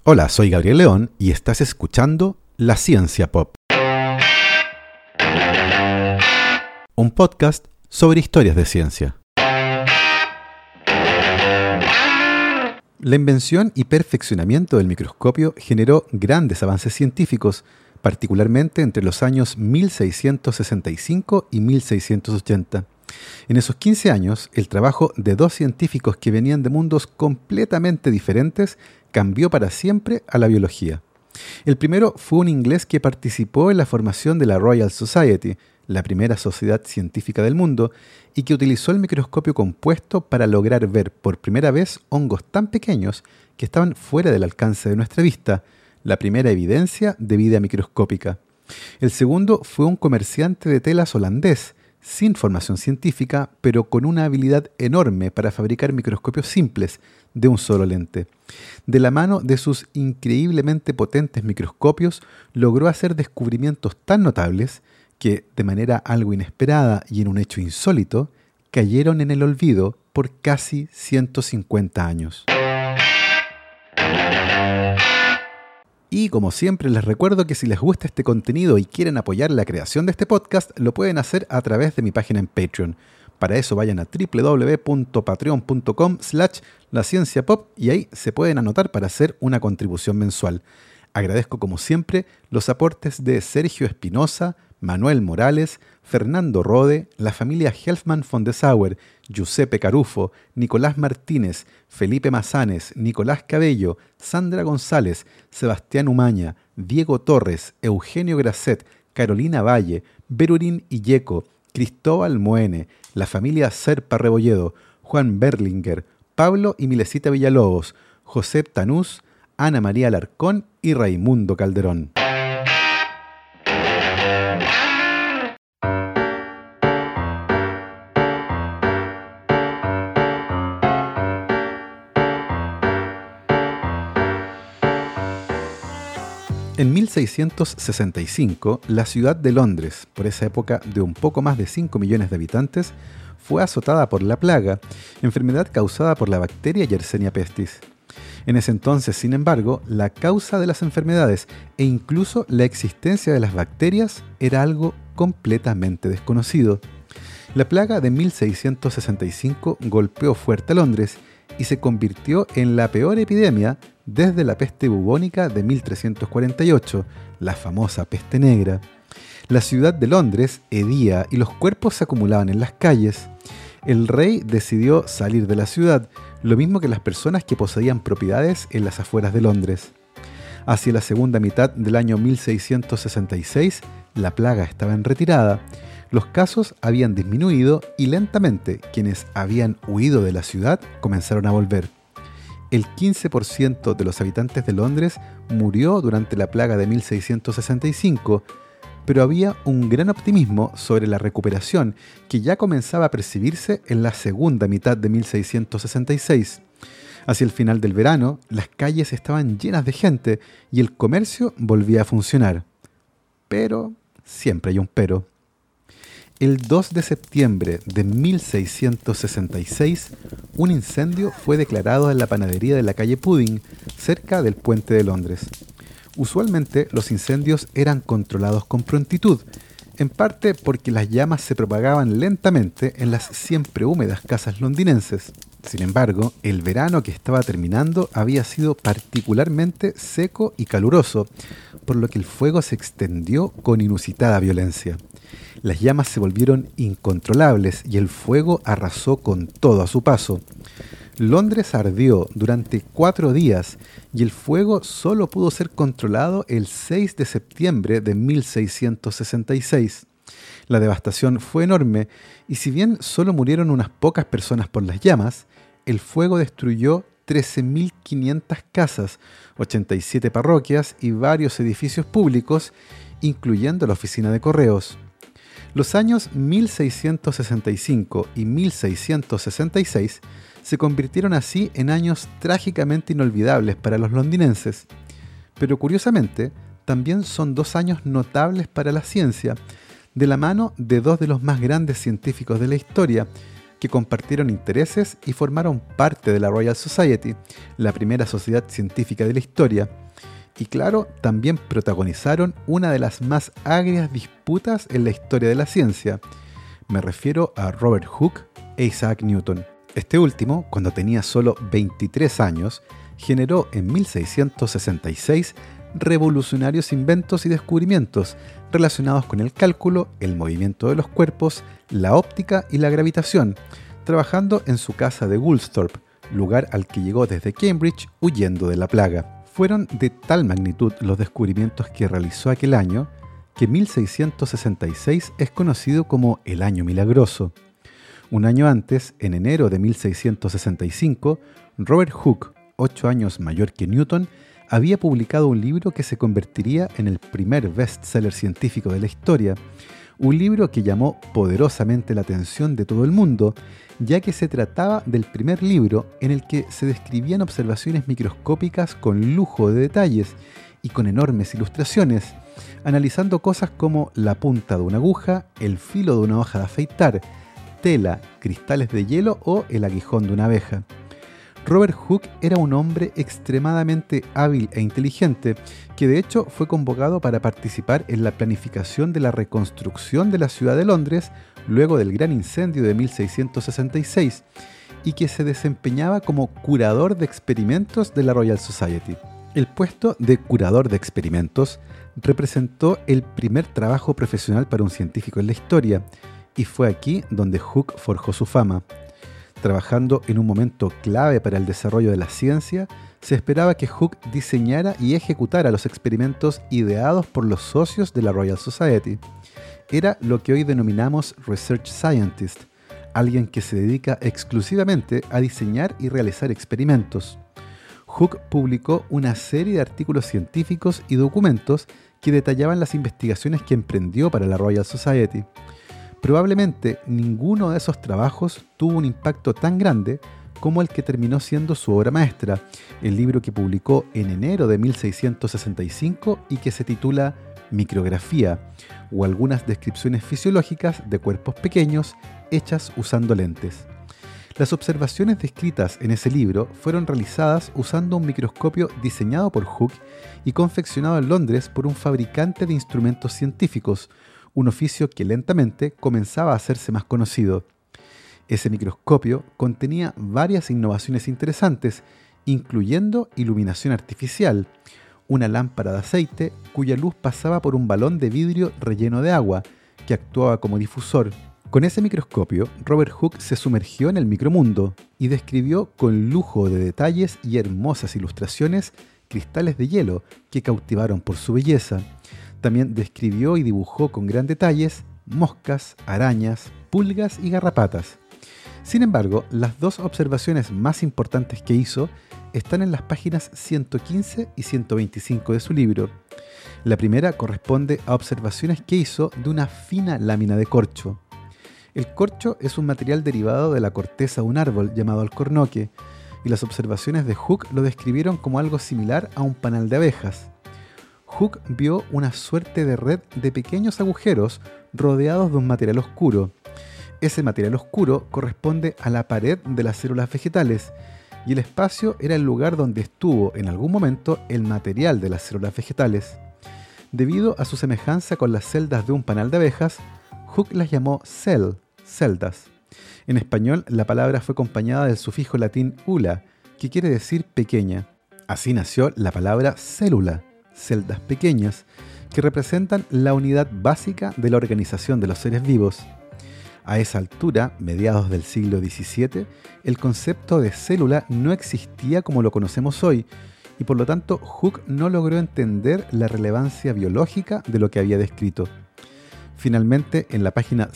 Hola, soy Gabriel León y estás escuchando La Ciencia Pop, un podcast sobre historias de ciencia. La invención y perfeccionamiento del microscopio generó grandes avances científicos, particularmente entre los años 1665 y 1680. En esos 15 años, el trabajo de dos científicos que venían de mundos completamente diferentes cambió para siempre a la biología. El primero fue un inglés que participó en la formación de la Royal Society, la primera sociedad científica del mundo, y que utilizó el microscopio compuesto para lograr ver por primera vez hongos tan pequeños que estaban fuera del alcance de nuestra vista, la primera evidencia de vida microscópica. El segundo fue un comerciante de telas holandés, sin formación científica, pero con una habilidad enorme para fabricar microscopios simples de un solo lente. De la mano de sus increíblemente potentes microscopios, logró hacer descubrimientos tan notables que, de manera algo inesperada y en un hecho insólito, cayeron en el olvido por casi 150 años. Y como siempre les recuerdo que si les gusta este contenido y quieren apoyar la creación de este podcast, lo pueden hacer a través de mi página en Patreon. Para eso vayan a www.patreon.com/lascienciapop y ahí se pueden anotar para hacer una contribución mensual. Agradezco como siempre los aportes de Sergio Espinosa, Manuel Morales, Fernando Rode, la familia Helfman von de Sauer, Giuseppe Carufo, Nicolás Martínez, Felipe Mazanes, Nicolás Cabello, Sandra González, Sebastián Umaña, Diego Torres, Eugenio Grasset, Carolina Valle, Berurín Illeco, Cristóbal Moene, la familia Serpa Rebolledo, Juan Berlinger, Pablo y Milesita Villalobos, José Tanús, Ana María Alarcón y Raimundo Calderón. En 1665, la ciudad de Londres, por esa época de un poco más de 5 millones de habitantes, fue azotada por la plaga, enfermedad causada por la bacteria Yersinia pestis. En ese entonces, sin embargo, la causa de las enfermedades e incluso la existencia de las bacterias era algo completamente desconocido. La plaga de 1665 golpeó fuerte a Londres y se convirtió en la peor epidemia desde la peste bubónica de 1348, la famosa peste negra. La ciudad de Londres hedía y los cuerpos se acumulaban en las calles. El rey decidió salir de la ciudad, lo mismo que las personas que poseían propiedades en las afueras de Londres. Hacia la segunda mitad del año 1666, la plaga estaba en retirada. Los casos habían disminuido y lentamente quienes habían huido de la ciudad comenzaron a volver. El 15% de los habitantes de Londres murió durante la plaga de 1665, pero había un gran optimismo sobre la recuperación que ya comenzaba a percibirse en la segunda mitad de 1666. Hacia el final del verano, las calles estaban llenas de gente y el comercio volvía a funcionar. Pero siempre hay un pero. El 2 de septiembre de 1666, un incendio fue declarado en la panadería de la calle Pudding, cerca del puente de Londres. Usualmente los incendios eran controlados con prontitud, en parte porque las llamas se propagaban lentamente en las siempre húmedas casas londinenses. Sin embargo, el verano que estaba terminando había sido particularmente seco y caluroso, por lo que el fuego se extendió con inusitada violencia. Las llamas se volvieron incontrolables y el fuego arrasó con todo a su paso. Londres ardió durante 4 días y el fuego solo pudo ser controlado el 6 de septiembre de 1666. La devastación fue enorme y si bien solo murieron unas pocas personas por las llamas, el fuego destruyó 13.500 casas, 87 parroquias y varios edificios públicos, incluyendo la oficina de correos. Los años 1665 y 1666 se convirtieron así en años trágicamente inolvidables para los londinenses. Pero curiosamente, también son 2 años notables para la ciencia, de la mano de 2 de los más grandes científicos de la historia, que compartieron intereses y formaron parte de la Royal Society, la primera sociedad científica de la historia. Y claro, también protagonizaron una de las más agrias disputas en la historia de la ciencia. Me refiero a Robert Hooke e Isaac Newton. Este último, cuando tenía solo 23 años, generó en 1666 revolucionarios inventos y descubrimientos relacionados con el cálculo, el movimiento de los cuerpos, la óptica y la gravitación, trabajando en su casa de Woolsthorpe, lugar al que llegó desde Cambridge huyendo de la plaga. Fueron de tal magnitud los descubrimientos que realizó aquel año que 1666 es conocido como el Año Milagroso. Un año antes, en enero de 1665, Robert Hooke, 8 años mayor que Newton, había publicado un libro que se convertiría en el primer bestseller científico de la historia, un libro que llamó poderosamente la atención de todo el mundo, ya que se trataba del primer libro en el que se describían observaciones microscópicas con lujo de detalles y con enormes ilustraciones, analizando cosas como la punta de una aguja, el filo de una hoja de afeitar, tela, cristales de hielo o el aguijón de una abeja. Robert Hooke era un hombre extremadamente hábil e inteligente, que de hecho fue convocado para participar en la planificación de la reconstrucción de la ciudad de Londres luego del gran incendio de 1666, y que se desempeñaba como curador de experimentos de la Royal Society. El puesto de curador de experimentos representó el primer trabajo profesional para un científico en la historia, y fue aquí donde Hooke forjó su fama. Trabajando en un momento clave para el desarrollo de la ciencia, se esperaba que Hooke diseñara y ejecutara los experimentos ideados por los socios de la Royal Society. Era lo que hoy denominamos Research Scientist, alguien que se dedica exclusivamente a diseñar y realizar experimentos. Hooke publicó una serie de artículos científicos y documentos que detallaban las investigaciones que emprendió para la Royal Society. Probablemente ninguno de esos trabajos tuvo un impacto tan grande como el que terminó siendo su obra maestra, el libro que publicó en enero de 1665 y que se titula Micrografía, o algunas descripciones fisiológicas de cuerpos pequeños hechas usando lentes. Las observaciones descritas en ese libro fueron realizadas usando un microscopio diseñado por Hooke y confeccionado en Londres por un fabricante de instrumentos científicos, un oficio que lentamente comenzaba a hacerse más conocido. Ese microscopio contenía varias innovaciones interesantes, incluyendo iluminación artificial, una lámpara de aceite cuya luz pasaba por un balón de vidrio relleno de agua, que actuaba como difusor. Con ese microscopio, Robert Hooke se sumergió en el micromundo y describió con lujo de detalles y hermosas ilustraciones cristales de hielo que cautivaron por su belleza. También describió y dibujó con gran detalles moscas, arañas, pulgas y garrapatas. Sin embargo, las dos observaciones más importantes que hizo están en las páginas 115 y 125 de su libro. La primera corresponde a observaciones que hizo de una fina lámina de corcho. El corcho es un material derivado de la corteza de un árbol llamado alcornoque, y las observaciones de Hooke lo describieron como algo similar a un panal de abejas. Hooke vio una suerte de red de pequeños agujeros rodeados de un material oscuro. Ese material oscuro corresponde a la pared de las células vegetales, y el espacio era el lugar donde estuvo en algún momento el material de las células vegetales. Debido a su semejanza con las celdas de un panal de abejas, Hooke las llamó celdas. En español, la palabra fue acompañada del sufijo latín ula, que quiere decir pequeña. Así nació la palabra célula, celdas pequeñas, que representan la unidad básica de la organización de los seres vivos. A esa altura, mediados del siglo XVII, el concepto de célula no existía como lo conocemos hoy, y por lo tanto Hooke no logró entender la relevancia biológica de lo que había descrito. Finalmente, en la página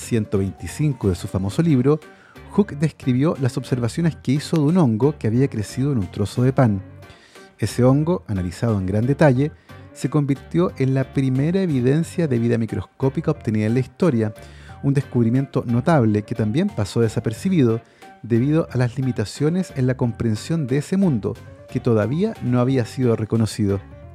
125 de su famoso libro, Hooke describió las observaciones que hizo de un hongo que había crecido en un trozo de pan. Ese hongo, analizado en gran detalle, se convirtió en la primera evidencia de vida microscópica obtenida en la historia, un descubrimiento notable que también pasó desapercibido debido a las limitaciones en la comprensión de ese mundo, que todavía no había sido reconocido.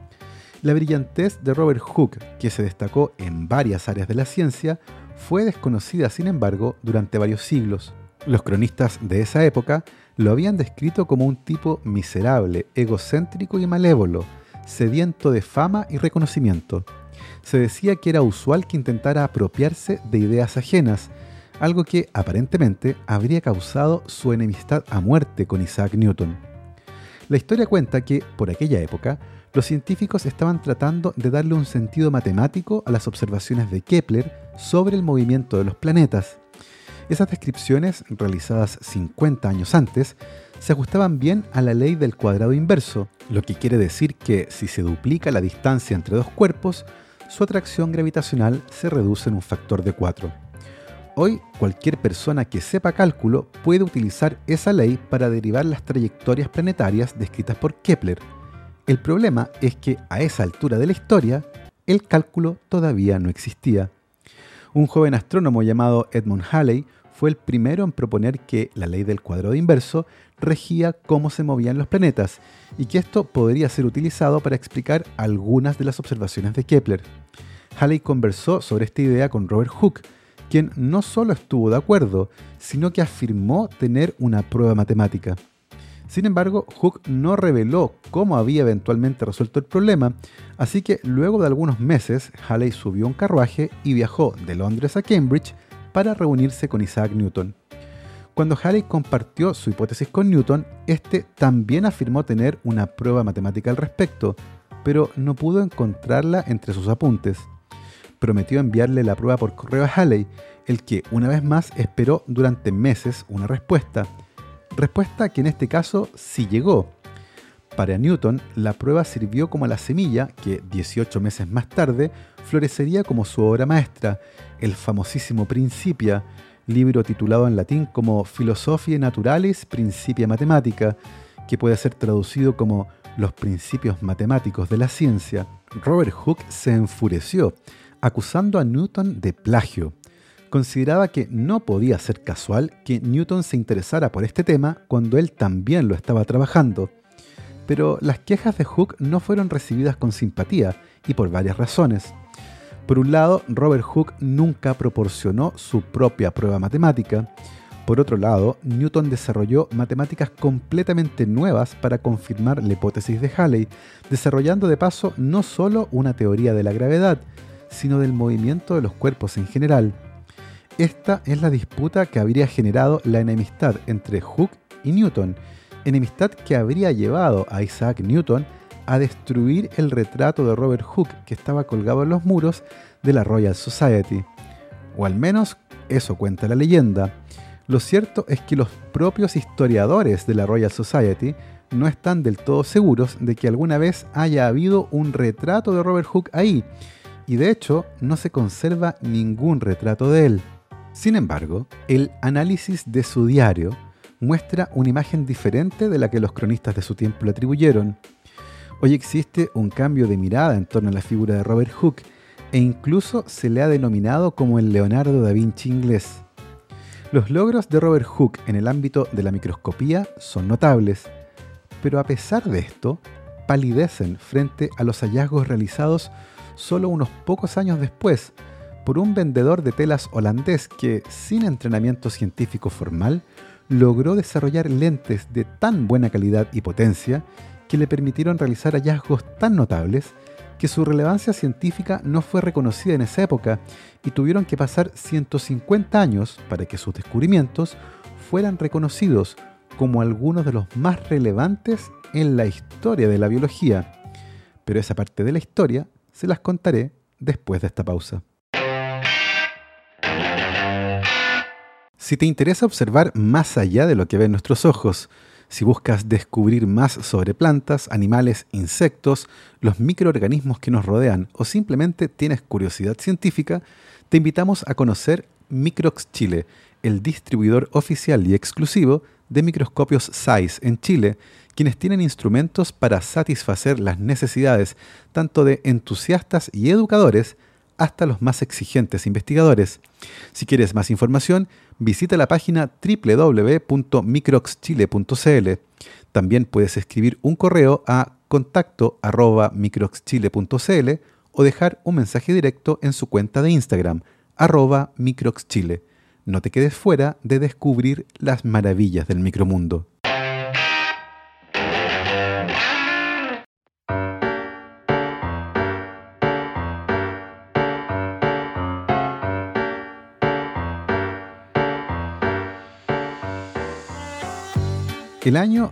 La brillantez de Robert Hooke, que se destacó en varias áreas de la ciencia, fue desconocida, sin embargo, durante varios siglos. Los cronistas de esa época lo habían descrito como un tipo miserable, egocéntrico y malévolo, sediento de fama y reconocimiento. Se decía que era usual que intentara apropiarse de ideas ajenas, algo que aparentemente habría causado su enemistad a muerte con Isaac Newton. La historia cuenta que, por aquella época, los científicos estaban tratando de darle un sentido matemático a las observaciones de Kepler sobre el movimiento de los planetas. Esas descripciones, realizadas 50 años antes, se ajustaban bien a la ley del cuadrado inverso, lo que quiere decir que si se duplica la distancia entre dos cuerpos, su atracción gravitacional se reduce en un factor de 4. Hoy, cualquier persona que sepa cálculo puede utilizar esa ley para derivar las trayectorias planetarias descritas por Kepler. El problema es que a esa altura de la historia, el cálculo todavía no existía. Un joven astrónomo llamado Edmund Halley fue el primero en proponer que la ley del cuadrado inverso regía cómo se movían los planetas y que esto podría ser utilizado para explicar algunas de las observaciones de Kepler. Halley conversó sobre esta idea con Robert Hooke, quien no solo estuvo de acuerdo, sino que afirmó tener una prueba matemática. Sin embargo, Hooke no reveló cómo había eventualmente resuelto el problema, así que luego de algunos meses, Halley subió un carruaje y viajó de Londres a Cambridge para reunirse con Isaac Newton. Cuando Halley compartió su hipótesis con Newton, este también afirmó tener una prueba matemática al respecto, pero no pudo encontrarla entre sus apuntes. Prometió enviarle la prueba por correo a Halley, el que, una vez más, esperó durante meses una respuesta. Respuesta que en este caso sí llegó. Para Newton, la prueba sirvió como la semilla que, 18 meses más tarde, florecería como su obra maestra, el famosísimo Principia, libro titulado en latín como Philosophiae Naturalis Principia Mathematica, que puede ser traducido como Los principios matemáticos de la ciencia. Robert Hooke se enfureció, acusando a Newton de plagio. Consideraba que no podía ser casual que Newton se interesara por este tema cuando él también lo estaba trabajando. Pero las quejas de Hooke no fueron recibidas con simpatía, y por varias razones. Por un lado, Robert Hooke nunca proporcionó su propia prueba matemática. Por otro lado, Newton desarrolló matemáticas completamente nuevas para confirmar la hipótesis de Halley, desarrollando de paso no solo una teoría de la gravedad, sino del movimiento de los cuerpos en general. Esta es la disputa que habría generado la enemistad entre Hooke y Newton, enemistad que habría llevado a Isaac Newton a destruir el retrato de Robert Hooke que estaba colgado en los muros de la Royal Society. O al menos eso cuenta la leyenda. Lo cierto es que los propios historiadores de la Royal Society no están del todo seguros de que alguna vez haya habido un retrato de Robert Hooke ahí, y de hecho no se conserva ningún retrato de él. Sin embargo, el análisis de su diario muestra una imagen diferente de la que los cronistas de su tiempo le atribuyeron. Hoy existe un cambio de mirada en torno a la figura de Robert Hooke, e incluso se le ha denominado como el Leonardo da Vinci inglés. Los logros de Robert Hooke en el ámbito de la microscopía son notables, pero a pesar de esto, palidecen frente a los hallazgos realizados solo unos pocos años después por un vendedor de telas holandés que, sin entrenamiento científico formal, logró desarrollar lentes de tan buena calidad y potencia que le permitieron realizar hallazgos tan notables que su relevancia científica no fue reconocida en esa época y tuvieron que pasar 150 años para que sus descubrimientos fueran reconocidos como algunos de los más relevantes en la historia de la biología. Pero esa parte de la historia se las contaré después de esta pausa. Si te interesa observar más allá de lo que ven nuestros ojos, si buscas descubrir más sobre plantas, animales, insectos, los microorganismos que nos rodean o simplemente tienes curiosidad científica, te invitamos a conocer Microx Chile, el distribuidor oficial y exclusivo de microscopios Zeiss en Chile, quienes tienen instrumentos para satisfacer las necesidades tanto de entusiastas y educadores hasta los más exigentes investigadores. Si quieres más información, visita la página www.microxchile.cl. También puedes escribir un correo a contacto@microxchile.cl o dejar un mensaje directo en su cuenta de Instagram, @microxchile. No te quedes fuera de descubrir las maravillas del micromundo. El año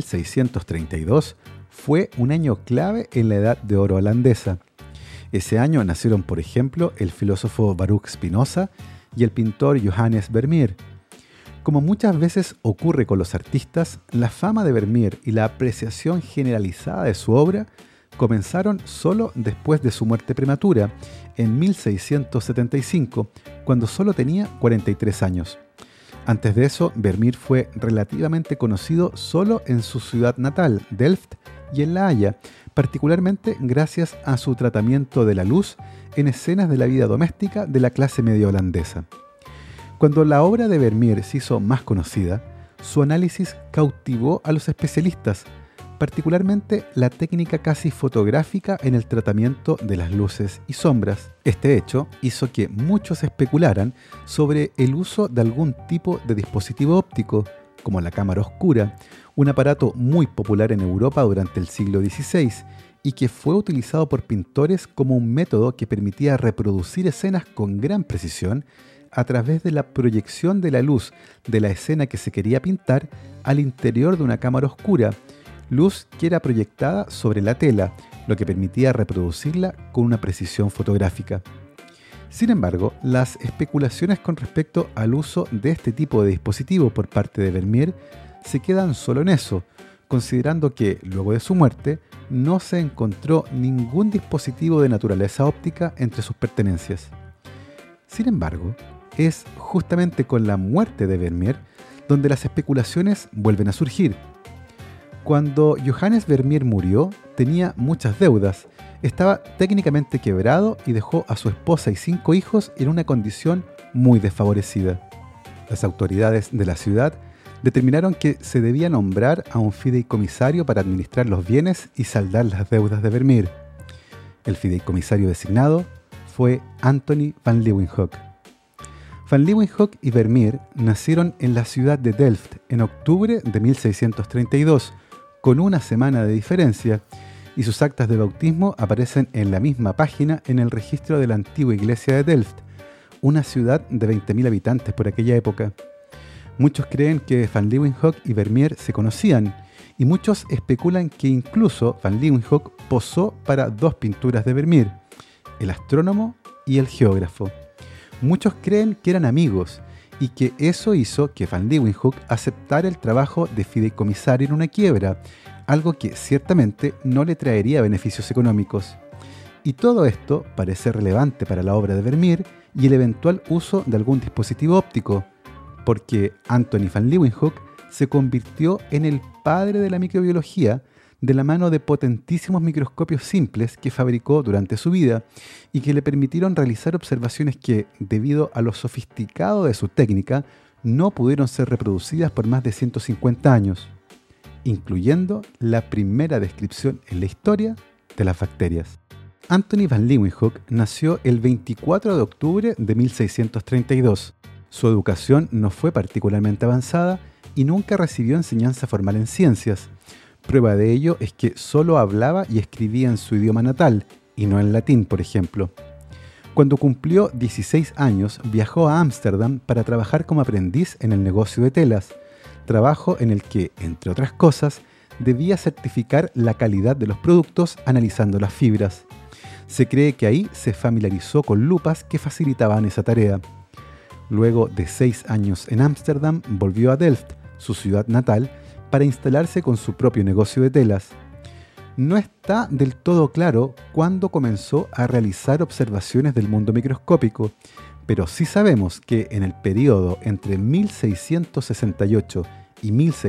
1632 fue un año clave en la Edad de Oro holandesa. Ese año nacieron, por ejemplo, el filósofo Baruch Spinoza y el pintor Johannes Vermeer. Como muchas veces ocurre con los artistas, la fama de Vermeer y la apreciación generalizada de su obra comenzaron solo después de su muerte prematura, en 1675, cuando solo tenía 43 años. Antes de eso, Vermeer fue relativamente conocido solo en su ciudad natal, Delft, y en La Haya, particularmente gracias a su tratamiento de la luz en escenas de la vida doméstica de la clase media holandesa. Cuando la obra de Vermeer se hizo más conocida, su análisis cautivó a los especialistas, particularmente la técnica casi fotográfica en el tratamiento de las luces y sombras. Este hecho hizo que muchos especularan sobre el uso de algún tipo de dispositivo óptico, como la cámara oscura, un aparato muy popular en Europa durante el siglo XVI y que fue utilizado por pintores como un método que permitía reproducir escenas con gran precisión a través de la proyección de la luz de la escena que se quería pintar al interior de una cámara oscura, luz que era proyectada sobre la tela, lo que permitía reproducirla con una precisión fotográfica. Sin embargo, las especulaciones con respecto al uso de este tipo de dispositivo por parte de Vermeer se quedan solo en eso, considerando que, luego de su muerte, no se encontró ningún dispositivo de naturaleza óptica entre sus pertenencias. Sin embargo, es justamente con la muerte de Vermeer donde las especulaciones vuelven a surgir. Cuando Johannes Vermeer murió, tenía muchas deudas, estaba técnicamente quebrado y dejó a su esposa y 5 hijos en una condición muy desfavorecida. Las autoridades de la ciudad determinaron que se debía nombrar a un fideicomisario para administrar los bienes y saldar las deudas de Vermeer. El fideicomisario designado fue Anthony van Leeuwenhoek. Van Leeuwenhoek y Vermeer nacieron en la ciudad de Delft en octubre de 1632, con una semana de diferencia, y sus actas de bautismo aparecen en la misma página en el registro de la antigua iglesia de Delft, una ciudad de 20.000 habitantes por aquella época. Muchos creen que Van Leeuwenhoek y Vermeer se conocían, y muchos especulan que incluso Van Leeuwenhoek posó para 2 pinturas de Vermeer, el astrónomo y el geógrafo. Muchos creen que eran amigos, y que eso hizo que Van Leeuwenhoek aceptara el trabajo de fideicomisario en una quiebra, algo que ciertamente no le traería beneficios económicos. Y todo esto parece relevante para la obra de Vermeer y el eventual uso de algún dispositivo óptico, porque Anthony van Leeuwenhoek se convirtió en el padre de la microbiología de la mano de potentísimos microscopios simples que fabricó durante su vida y que le permitieron realizar observaciones que, debido a lo sofisticado de su técnica, no pudieron ser reproducidas por más de 150 años, incluyendo la primera descripción en la historia de las bacterias. Anthony van Leeuwenhoek nació el 24 de octubre de 1632. Su educación no fue particularmente avanzada y nunca recibió enseñanza formal en ciencias. Prueba de ello es que solo hablaba y escribía en su idioma natal, y no en latín, por ejemplo. Cuando cumplió 16 años, viajó a Ámsterdam para trabajar como aprendiz en el negocio de telas, trabajo en el que, entre otras cosas, debía certificar la calidad de los productos analizando las fibras. Se cree que ahí se familiarizó con lupas que facilitaban esa tarea. Luego de 6 años en Ámsterdam, volvió a Delft, su ciudad natal, para instalarse con su propio negocio de telas. No está del todo claro cuándo comenzó a realizar observaciones del mundo microscópico, pero sí sabemos que en el periodo entre 1668 y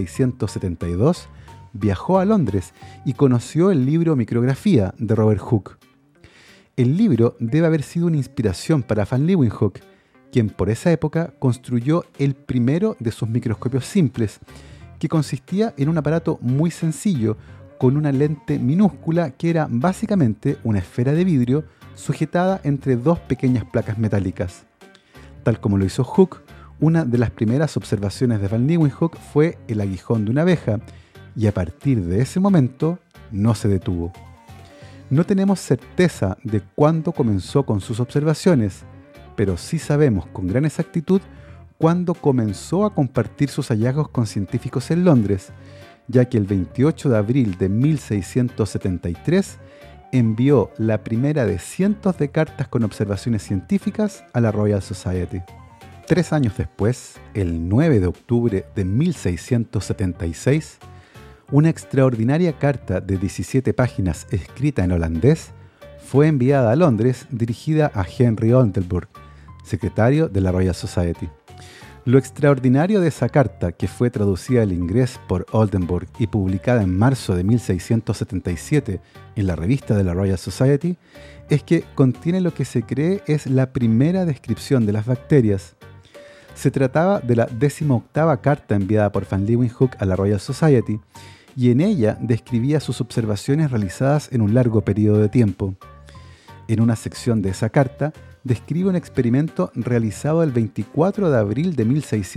1672 viajó a Londres y conoció el libro Micrografía de Robert Hooke. El libro debe haber sido una inspiración para Van Leeuwenhoek, quien por esa época construyó el primero de sus microscopios simples, que consistía en un aparato muy sencillo con una lente minúscula que era básicamente una esfera de vidrio sujetada entre 2 pequeñas placas metálicas. Tal como lo hizo Hooke, Una de las primeras observaciones de Van Leeuwenhoek fue el aguijón de una abeja, y a partir de ese momento no se detuvo. No tenemos certeza de cuándo comenzó con sus observaciones, pero sí sabemos con gran exactitud cuándo comenzó a compartir sus hallazgos con científicos en Londres, ya que el 28 de abril de 1673 envió la primera de cientos de cartas con observaciones científicas a la Royal Society. 3 años después, el 9 de octubre de 1676, una extraordinaria carta de 17 páginas escrita en holandés fue enviada a Londres dirigida a Henry Oldenburg, secretario de la Royal Society. Lo extraordinario de esa carta, que fue traducida al inglés por Oldenburg y publicada en marzo de 1677 en la revista de la Royal Society, es que contiene lo que se cree es la primera descripción de las bacterias. Se trataba de la 18ª carta enviada por Van Leeuwenhoek a la Royal Society, y en ella describía sus observaciones realizadas en un largo periodo de tiempo. En una sección de esa carta, describe un experimento realizado el 24 de abril de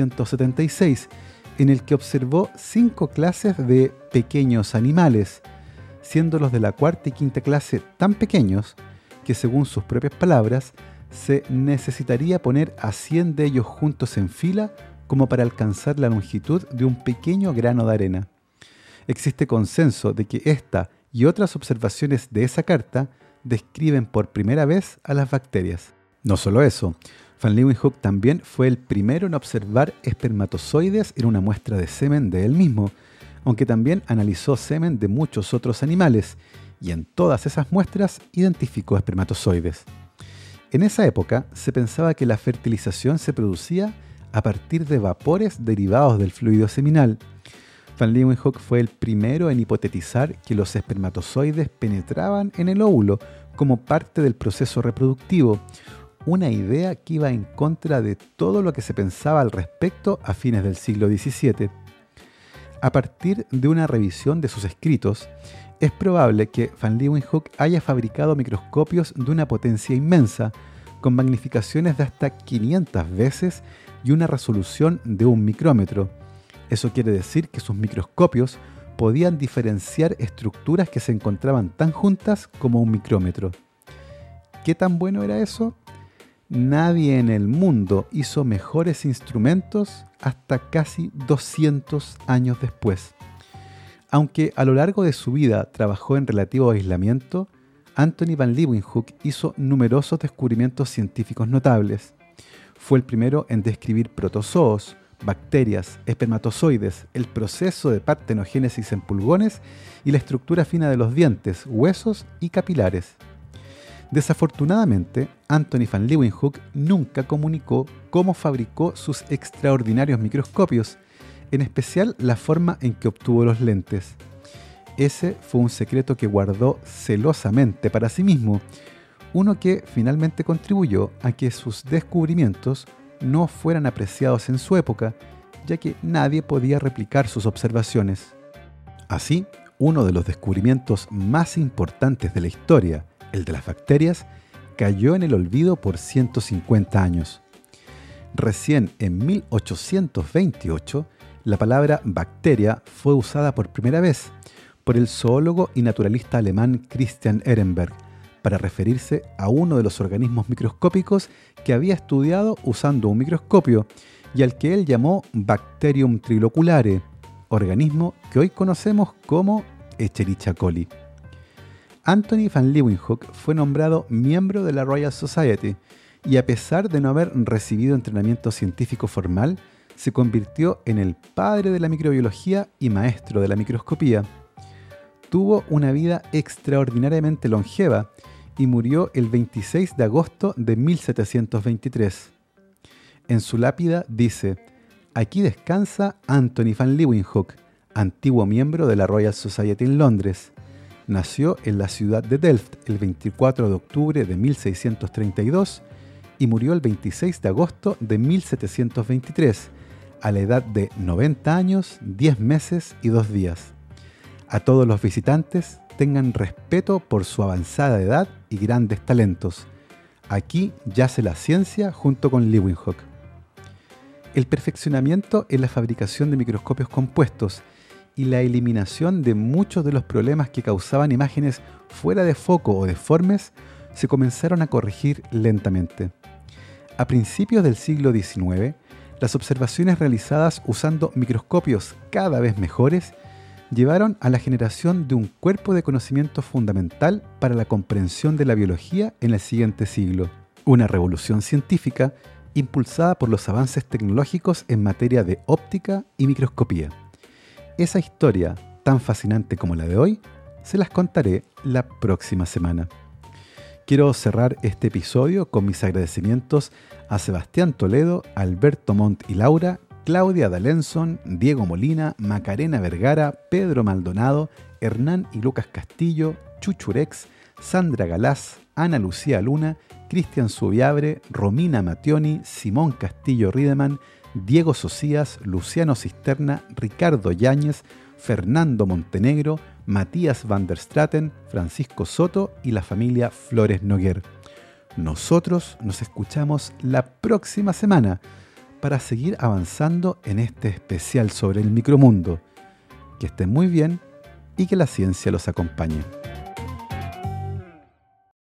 1676, en el que observó 5 clases de pequeños animales, siendo los de la 4ª y 5ª clase tan pequeños que, según sus propias palabras, se necesitaría poner a 100 de ellos juntos en fila como para alcanzar la longitud de un pequeño grano de arena. Existe consenso de que esta y otras observaciones de esa carta describen por primera vez a las bacterias. No solo eso, Van Leeuwenhoek también fue el primero en observar espermatozoides en una muestra de semen de él mismo, aunque también analizó semen de muchos otros animales, y en todas esas muestras identificó espermatozoides. En esa época se pensaba que la fertilización se producía a partir de vapores derivados del fluido seminal. Van Leeuwenhoek fue el primero en hipotetizar que los espermatozoides penetraban en el óvulo como parte del proceso reproductivo, una idea que iba en contra de todo lo que se pensaba al respecto a fines del siglo XVII. A partir de una revisión de sus escritos, es probable que Van Leeuwenhoek haya fabricado microscopios de una potencia inmensa, con magnificaciones de hasta 500 veces y una resolución de 1 micrómetro. Eso quiere decir que sus microscopios podían diferenciar estructuras que se encontraban tan juntas como 1 micrómetro. ¿Qué tan bueno era eso? Nadie en el mundo hizo mejores instrumentos hasta casi 200 años después. Aunque a lo largo de su vida trabajó en relativo aislamiento, Antony Van Leeuwenhoek hizo numerosos descubrimientos científicos notables. Fue el primero en describir protozoos, bacterias, espermatozoides, el proceso de partenogénesis en pulgones y la estructura fina de los dientes, huesos y capilares. Desafortunadamente, Antony Van Leeuwenhoek nunca comunicó cómo fabricó sus extraordinarios microscopios, en especial la forma en que obtuvo los lentes. Ese fue un secreto que guardó celosamente para sí mismo, uno que finalmente contribuyó a que sus descubrimientos no fueran apreciados en su época, ya que nadie podía replicar sus observaciones. Así, uno de los descubrimientos más importantes de la historia, el de las bacterias, cayó en el olvido por 150 años. Recién en 1828, la palabra bacteria fue usada por primera vez por el zoólogo y naturalista alemán Christian Ehrenberg para referirse a uno de los organismos microscópicos que había estudiado usando un microscopio y al que él llamó Bacterium triloculare, organismo que hoy conocemos como Escherichia coli. Antony Van Leeuwenhoek fue nombrado miembro de la Royal Society y, a pesar de no haber recibido entrenamiento científico formal, se convirtió en el padre de la microbiología y maestro de la microscopía. Tuvo una vida extraordinariamente longeva y murió el 26 de agosto de 1723. En su lápida dice: «Aquí descansa Antony Van Leeuwenhoek, antiguo miembro de la Royal Society en Londres. Nació en la ciudad de Delft el 24 de octubre de 1632 y murió el 26 de agosto de 1723, a la edad de 90 años, 10 meses y 2 días. A todos los visitantes tengan respeto por su avanzada edad y grandes talentos. Aquí yace la ciencia junto con Leeuwenhoek». El perfeccionamiento en la fabricación de microscopios compuestos y la eliminación de muchos de los problemas que causaban imágenes fuera de foco o deformes se comenzaron a corregir lentamente. A principios del siglo XIX, las observaciones realizadas usando microscopios cada vez mejores llevaron a la generación de un cuerpo de conocimiento fundamental para la comprensión de la biología en el siguiente siglo. Una revolución científica impulsada por los avances tecnológicos en materia de óptica y microscopía. Esa historia, tan fascinante como la de hoy, se las contaré la próxima semana. Quiero cerrar este episodio con mis agradecimientos a Sebastián Toledo, Alberto Montt y Laura, Claudia D'Alençon, Diego Molina, Macarena Vergara, Pedro Maldonado, Hernán y Lucas Castillo, Chuchurex, Sandra Galás, Ana Lucía Luna, Cristian Subiabre, Romina Mattioni, Simón Castillo Riedemann, Diego Socias, Luciano Cisterna, Ricardo Yáñez, Fernando Montenegro, Matías van der Straten, Francisco Soto y la familia Flores Noguer. Nosotros nos escuchamos la próxima semana para seguir avanzando en este especial sobre el micromundo. Que estén muy bien y que la ciencia los acompañe.